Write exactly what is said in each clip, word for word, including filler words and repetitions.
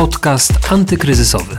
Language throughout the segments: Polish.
Podcast antykryzysowy.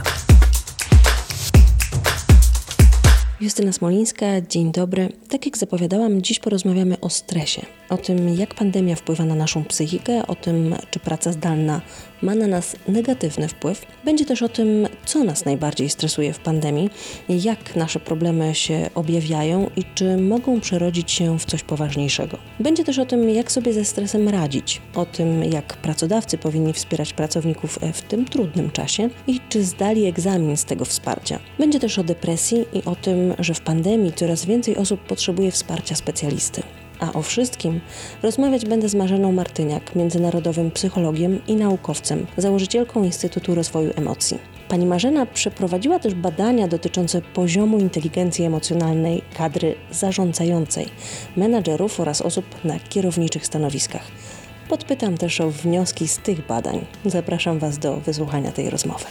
Justyna Smolińska, dzień dobry. Tak jak zapowiadałam, dziś porozmawiamy o stresie, o tym, jak pandemia wpływa na naszą psychikę, o tym, czy praca zdalna ma na nas negatywny wpływ. Będzie też o tym, co nas najbardziej stresuje w pandemii, jak nasze problemy się objawiają i czy mogą przerodzić się w coś poważniejszego. Będzie też o tym, jak sobie ze stresem radzić, o tym, jak pracodawcy powinni wspierać pracowników w tym trudnym czasie i czy zdali egzamin z tego wsparcia. Będzie też o depresji i o tym, że w pandemii coraz więcej osób potrzebuje wsparcia specjalisty. A o wszystkim rozmawiać będę z Marzeną Martyniak, międzynarodowym psychologiem i naukowcem, założycielką Instytutu Rozwoju Emocji. Pani Marzena przeprowadziła też badania dotyczące poziomu inteligencji emocjonalnej kadry zarządzającej, menadżerów oraz osób na kierowniczych stanowiskach. Podpytam też o wnioski z tych badań. Zapraszam Was do wysłuchania tej rozmowy.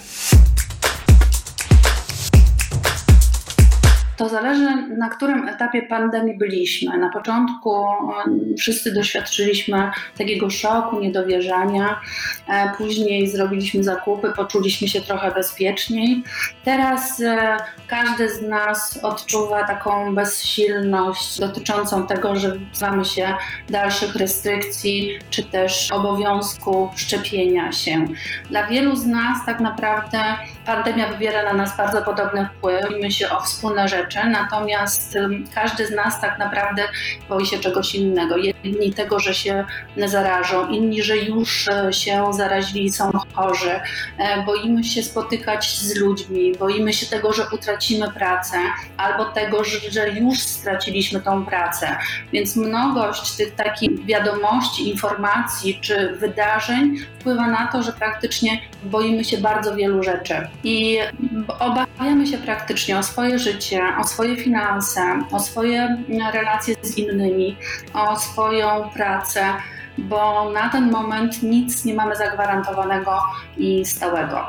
To zależy, na którym etapie pandemii byliśmy. Na początku wszyscy doświadczyliśmy takiego szoku, niedowierzania. Później zrobiliśmy zakupy, poczuliśmy się trochę bezpieczniej. Teraz każdy z nas odczuwa taką bezsilność dotyczącą tego, że wzywamy się dalszych restrykcji, czy też obowiązku szczepienia się. Dla wielu z nas tak naprawdę pandemia wywiera na nas bardzo podobny wpływ. Mówimy się o wspólne rzeczy. Natomiast każdy z nas tak naprawdę boi się czegoś innego. Jedni tego, że się zarażą, inni, że już się zarazili i są chorzy. Boimy się spotykać z ludźmi, boimy się tego, że utracimy pracę albo tego, że już straciliśmy tą pracę. Więc mnogość tych takich wiadomości, informacji czy wydarzeń wpływa na to, że praktycznie boimy się bardzo wielu rzeczy. I obawiamy się praktycznie o swoje życie, o swoje finanse, o swoje relacje z innymi, o swoją pracę, bo na ten moment nic nie mamy zagwarantowanego i stałego.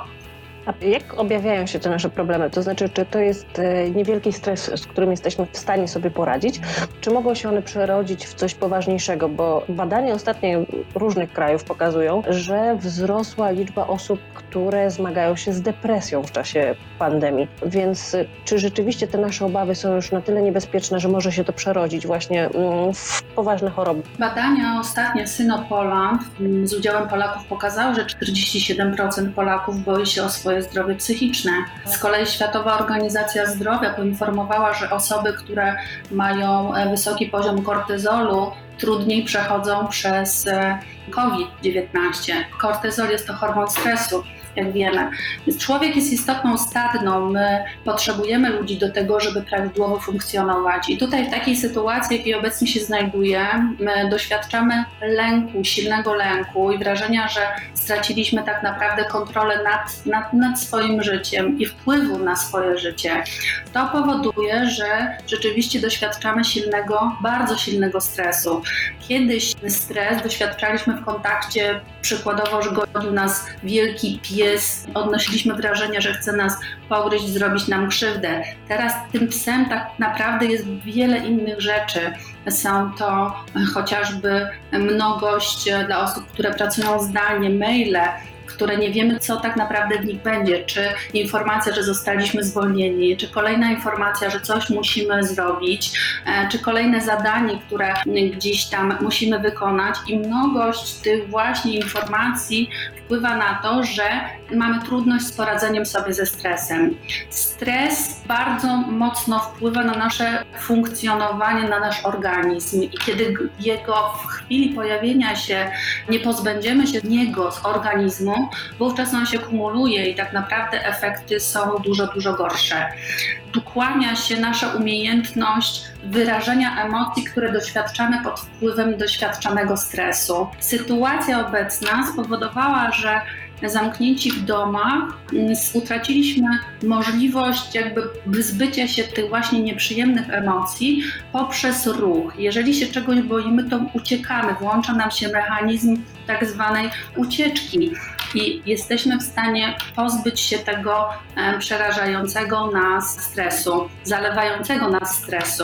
A jak objawiają się te nasze problemy? To znaczy, czy to jest niewielki stres, z którym jesteśmy w stanie sobie poradzić, czy mogą się one przerodzić w coś poważniejszego? Bo badania ostatnie różnych krajów pokazują, że wzrosła liczba osób, które zmagają się z depresją w czasie pandemii. Więc czy rzeczywiście te nasze obawy są już na tyle niebezpieczne, że może się to przerodzić właśnie w poważne choroby? Badania ostatnie Synopoland z udziałem Polaków pokazały, że czterdzieści siedem procent Polaków boi się o swoje zdrowie psychiczne. Z kolei Światowa Organizacja Zdrowia poinformowała, że osoby, które mają wysoki poziom kortyzolu, trudniej przechodzą przez covid dziewiętnaście. Kortyzol jest to hormon stresu, jak wiemy. Więc człowiek jest istotą stadną, my potrzebujemy ludzi do tego, żeby prawidłowo funkcjonować. I tutaj w takiej sytuacji, w jakiej obecnie się znajduję, my doświadczamy lęku, silnego lęku i wrażenia, że straciliśmy tak naprawdę kontrolę nad, nad, nad swoim życiem i wpływu na swoje życie. To powoduje, że rzeczywiście doświadczamy silnego, bardzo silnego stresu. Kiedyś stres doświadczaliśmy w kontakcie, przykładowo, że godził nas wielki pies, odnosiliśmy wrażenie, że chce nas pogryźć, zrobić nam krzywdę. Teraz tym psem tak naprawdę jest wiele innych rzeczy. Są to chociażby mnogość dla osób, które pracują zdalnie, maile, które nie wiemy, co tak naprawdę w nich będzie, czy informacja, że zostaliśmy zwolnieni, czy kolejna informacja, że coś musimy zrobić, czy kolejne zadanie, które gdzieś tam musimy wykonać i mnogość tych właśnie informacji wpływa na to, że mamy trudność z poradzeniem sobie ze stresem. Stres bardzo mocno wpływa na nasze funkcjonowanie, na nasz organizm i kiedy jego w chwili pojawienia się nie pozbędziemy się niego z organizmu, wówczas on się kumuluje i tak naprawdę efekty są dużo, dużo gorsze. Ukłania się nasza umiejętność wyrażenia emocji, które doświadczamy pod wpływem doświadczanego stresu. Sytuacja obecna spowodowała, że zamknięci w domach utraciliśmy możliwość jakby wyzbycia się tych właśnie nieprzyjemnych emocji poprzez ruch. Jeżeli się czegoś boimy, to uciekamy, włącza nam się mechanizm tak zwanej ucieczki i jesteśmy w stanie pozbyć się tego przerażającego nas stresu, zalewającego nas stresu.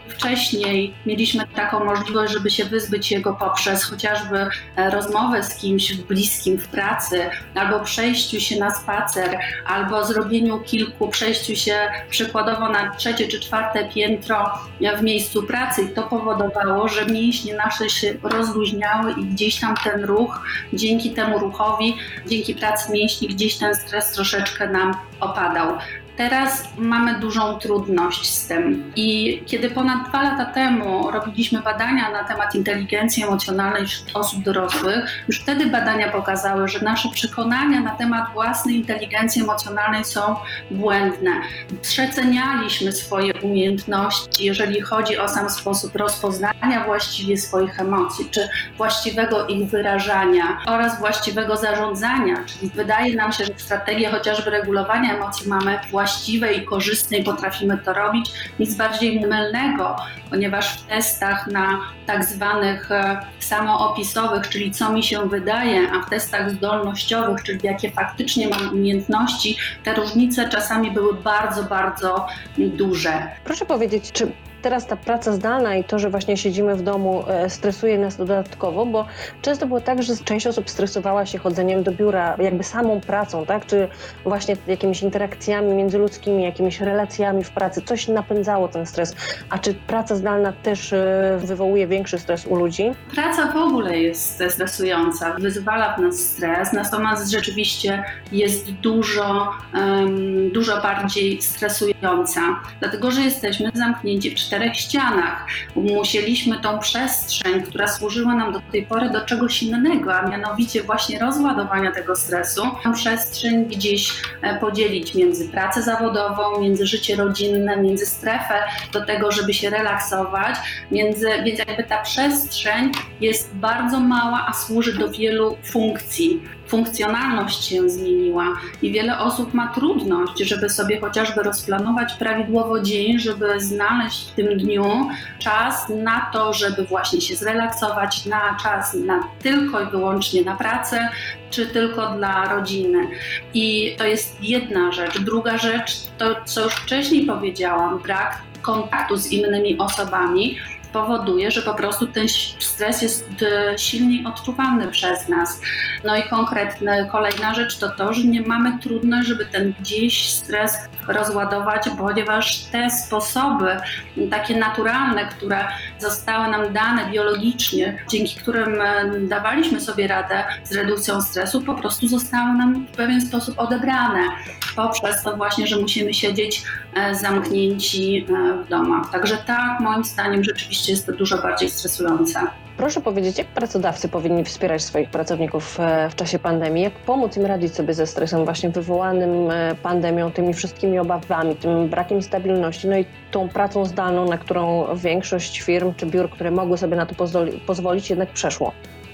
wcześniej mieliśmy taką możliwość, żeby się wyzbyć jego poprzez chociażby rozmowę z kimś bliskim w pracy, albo przejściu się na spacer, albo zrobieniu kilku, przejściu się przykładowo na trzecie czy czwarte piętro w miejscu pracy. I to powodowało, że mięśnie nasze się rozluźniały i gdzieś tam ten ruch, dzięki temu ruchowi, dzięki pracy mięśni, gdzieś ten stres troszeczkę nam opadał. Teraz mamy dużą trudność z tym i kiedy ponad dwa lata temu robiliśmy badania na temat inteligencji emocjonalnej wśród osób dorosłych, już wtedy badania pokazały, że nasze przekonania na temat własnej inteligencji emocjonalnej są błędne. Przecenialiśmy swoje umiejętności, jeżeli chodzi o sam sposób rozpoznania właściwie swoich emocji, czy właściwego ich wyrażania oraz właściwego zarządzania, czyli wydaje nam się, że strategie chociażby regulowania emocji mamy właściwe i korzystne i potrafimy to robić. Nic bardziej mylnego, ponieważ w testach na tak zwanych samoopisowych, czyli co mi się wydaje, a w testach zdolnościowych, czyli jakie faktycznie mam umiejętności, te różnice czasami były bardzo, bardzo duże. Proszę powiedzieć, czy teraz ta praca zdalna i to, że właśnie siedzimy w domu, stresuje nas dodatkowo, bo często było tak, że część osób stresowała się chodzeniem do biura, jakby samą pracą, tak? Czy właśnie jakimiś interakcjami międzyludzkimi, jakimiś relacjami w pracy, coś napędzało ten stres. A czy praca zdalna też wywołuje większy stres u ludzi? Praca w ogóle jest stresująca, wyzwala w nas stres, natomiast rzeczywiście jest dużo, um, dużo bardziej stresująca, dlatego że jesteśmy zamknięci w czterech ścianach. Musieliśmy tą przestrzeń, która służyła nam do tej pory do czegoś innego, a mianowicie właśnie rozładowania tego stresu, tę przestrzeń gdzieś podzielić między pracę zawodową, między życie rodzinne, między strefę do tego, żeby się relaksować, między, więc jakby ta przestrzeń jest bardzo mała, a służy do wielu funkcji. Funkcjonalność się zmieniła i wiele osób ma trudność, żeby sobie chociażby rozplanować prawidłowo dzień, żeby znaleźć w tym dniu czas na to, żeby właśnie się zrelaksować, na czas na tylko i wyłącznie na pracę, czy tylko dla rodziny. I to jest jedna rzecz. Druga rzecz, to co już wcześniej powiedziałam, brak kontaktu z innymi osobami powoduje, że po prostu ten stres jest silniej odczuwany przez nas. No i konkretna kolejna rzecz to to, że nie mamy trudność, żeby ten gdzieś stres rozładować, ponieważ te sposoby takie naturalne, które zostały nam dane biologicznie, dzięki którym dawaliśmy sobie radę z redukcją stresu, po prostu zostały nam w pewien sposób odebrane poprzez to właśnie, że musimy siedzieć zamknięci w domach. Także tak, moim zdaniem rzeczywiście jest to dużo bardziej stresujące. Proszę powiedzieć, jak pracodawcy powinni wspierać swoich pracowników w czasie pandemii? Jak pomóc im radzić sobie ze stresem właśnie wywołanym pandemią, tymi wszystkimi obawami, tym brakiem stabilności, no i tą pracą zdalną, na którą większość firm czy biur, które mogły sobie na to pozwoli- pozwolić, jednak przeszło?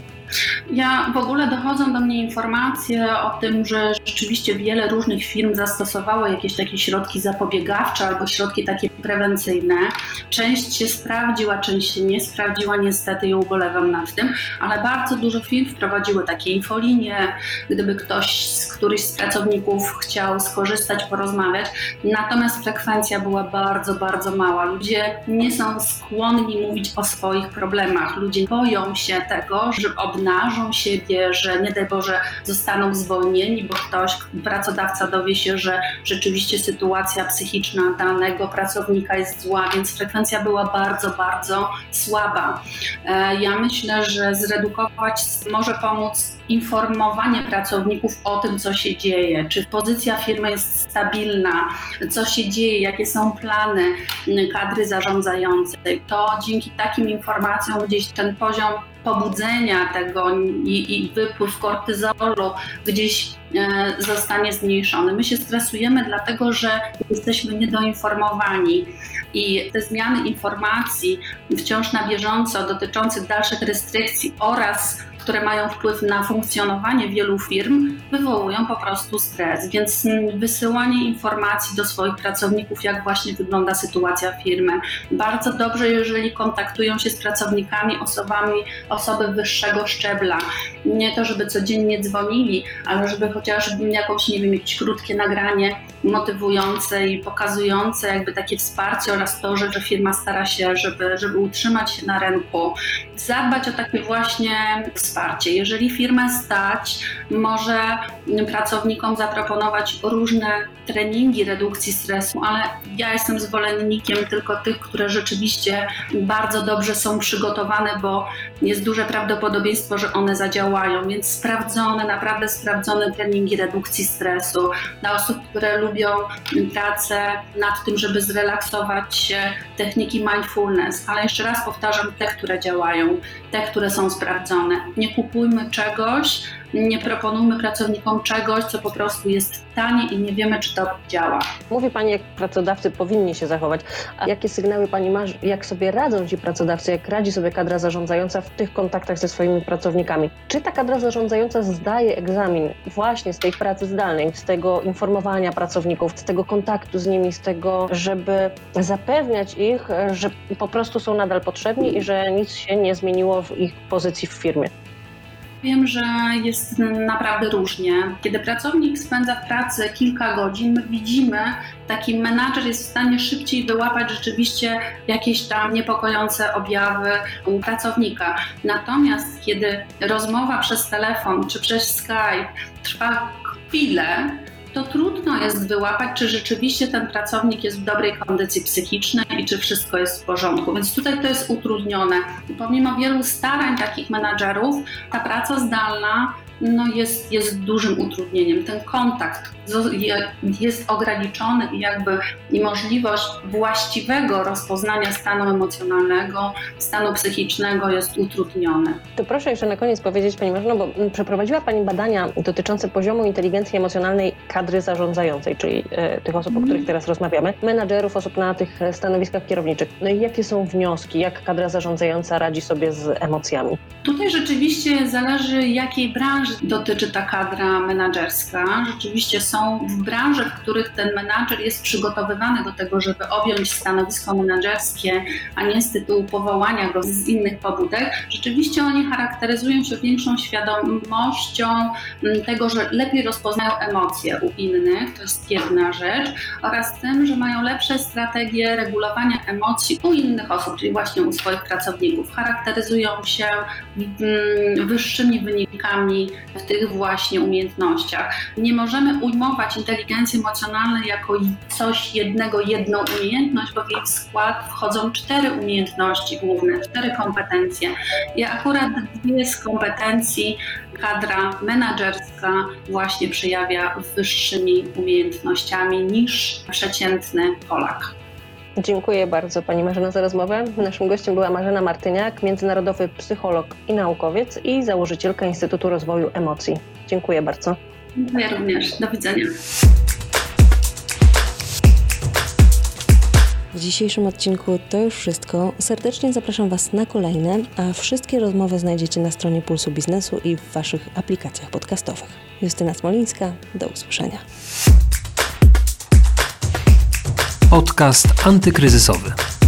Ja w ogóle dochodzą do mnie informacje o tym, że rzeczywiście wiele różnych firm zastosowało jakieś takie środki zapobiegawcze albo środki takie prewencyjne. Część się sprawdziła, część się nie sprawdziła, niestety i ubolewam nad tym, ale bardzo dużo firm wprowadziły takie infolinie, gdyby ktoś, któryś z pracowników chciał skorzystać, porozmawiać. Natomiast frekwencja była bardzo, bardzo mała. Ludzie nie są skłonni mówić o swoich problemach. Ludzie boją się tego, że obnażą siebie, że nie daj Boże zostaną zwolnieni, bo ktoś, pracodawca dowie się, że rzeczywiście sytuacja psychiczna danego pracownika jest zła, więc frekwencja była bardzo, bardzo słaba. Ja myślę, że zredukować może pomóc informowanie pracowników o tym, co się dzieje, czy pozycja firmy jest stabilna, co się dzieje, jakie są plany kadry zarządzającej. To dzięki takim informacjom gdzieś ten poziom pobudzenia tego i, i wypływ kortyzolu gdzieś e, zostanie zmniejszony. My się stresujemy dlatego, że jesteśmy niedoinformowani i te zmiany informacji wciąż na bieżąco dotyczących dalszych restrykcji oraz które mają wpływ na funkcjonowanie wielu firm, wywołują po prostu stres. Więc wysyłanie informacji do swoich pracowników, jak właśnie wygląda sytuacja firmy. Bardzo dobrze, jeżeli kontaktują się z pracownikami, osobami, osoby wyższego szczebla. Nie to, żeby codziennie dzwonili, ale żeby chociaż jakąś, nie wiem, jakieś krótkie nagranie motywujące i pokazujące jakby takie wsparcie oraz to, że, że firma stara się, żeby, żeby utrzymać się na rynku. Zadbać o takie właśnie wsparcie. Jeżeli firmę stać, może pracownikom zaproponować różne treningi redukcji stresu, ale ja jestem zwolennikiem tylko tych, które rzeczywiście bardzo dobrze są przygotowane, bo jest duże prawdopodobieństwo, że one zadziałają, więc sprawdzone, naprawdę sprawdzone treningi redukcji stresu dla osób, które lubią pracę nad tym, żeby zrelaksować się, techniki mindfulness, ale jeszcze raz powtarzam, te, które działają, te, które są sprawdzone. Nie kupujmy czegoś, nie proponujmy pracownikom czegoś, co po prostu jest tanie i nie wiemy, czy to działa. Mówi Pani, jak pracodawcy powinni się zachować. A jakie sygnały Pani ma, jak sobie radzą ci pracodawcy, jak radzi sobie kadra zarządzająca w tych kontaktach ze swoimi pracownikami? Czy ta kadra zarządzająca zdaje egzamin właśnie z tej pracy zdalnej, z tego informowania pracowników, z tego kontaktu z nimi, z tego, żeby zapewniać ich, że po prostu są nadal potrzebni i że nic się nie zmieniło w ich pozycji w firmie? Wiem, że jest naprawdę różnie. Kiedy pracownik spędza w pracy kilka godzin, my widzimy, taki menadżer jest w stanie szybciej wyłapać rzeczywiście jakieś tam niepokojące objawy u pracownika. Natomiast kiedy rozmowa przez telefon czy przez Skype trwa chwilę, to trudno jest wyłapać, czy rzeczywiście ten pracownik jest w dobrej kondycji psychicznej i czy wszystko jest w porządku. Więc tutaj to jest utrudnione. I pomimo wielu starań takich menadżerów, ta praca zdalna no jest, jest dużym utrudnieniem. Ten kontakt jest ograniczony i jakby i możliwość właściwego rozpoznania stanu emocjonalnego, stanu psychicznego jest utrudniona. To proszę jeszcze na koniec powiedzieć, Pani Marzeno, bo przeprowadziła Pani badania dotyczące poziomu inteligencji emocjonalnej kadry zarządzającej, czyli e, tych osób, o których teraz rozmawiamy, menadżerów, osób na tych stanowiskach kierowniczych. No i jakie są wnioski, jak kadra zarządzająca radzi sobie z emocjami? Tutaj rzeczywiście zależy, jakiej branży dotyczy ta kadra menadżerska. Rzeczywiście są w branży, w których ten menadżer jest przygotowywany do tego, żeby objąć stanowisko menadżerskie, a nie z tytułu powołania go z innych pobudek. Rzeczywiście oni charakteryzują się większą świadomością tego, że lepiej rozpoznają emocje u innych, to jest jedna rzecz, oraz tym, że mają lepsze strategie regulowania emocji u innych osób, czyli właśnie u swoich pracowników. Charakteryzują się wyższymi wynikami w tych właśnie umiejętnościach. Nie możemy ujmować inteligencji emocjonalnej jako coś jednego, jedną umiejętność, bo w jej skład wchodzą cztery umiejętności główne, cztery kompetencje. I akurat dwie z kompetencji kadra menadżerska właśnie przejawia wyższymi umiejętnościami niż przeciętny Polak. Dziękuję bardzo Pani Marzeno za rozmowę. Naszym gościem była Marzena Martyniak, międzynarodowy psycholog i naukowiec i założycielka Instytutu Rozwoju Emocji. Dziękuję bardzo. Dziękuję również. Do widzenia. W dzisiejszym odcinku to już wszystko. Serdecznie zapraszam Was na kolejne, a wszystkie rozmowy znajdziecie na stronie Pulsu Biznesu i w Waszych aplikacjach podcastowych. Justyna Smolińska, do usłyszenia. Podcast antykryzysowy.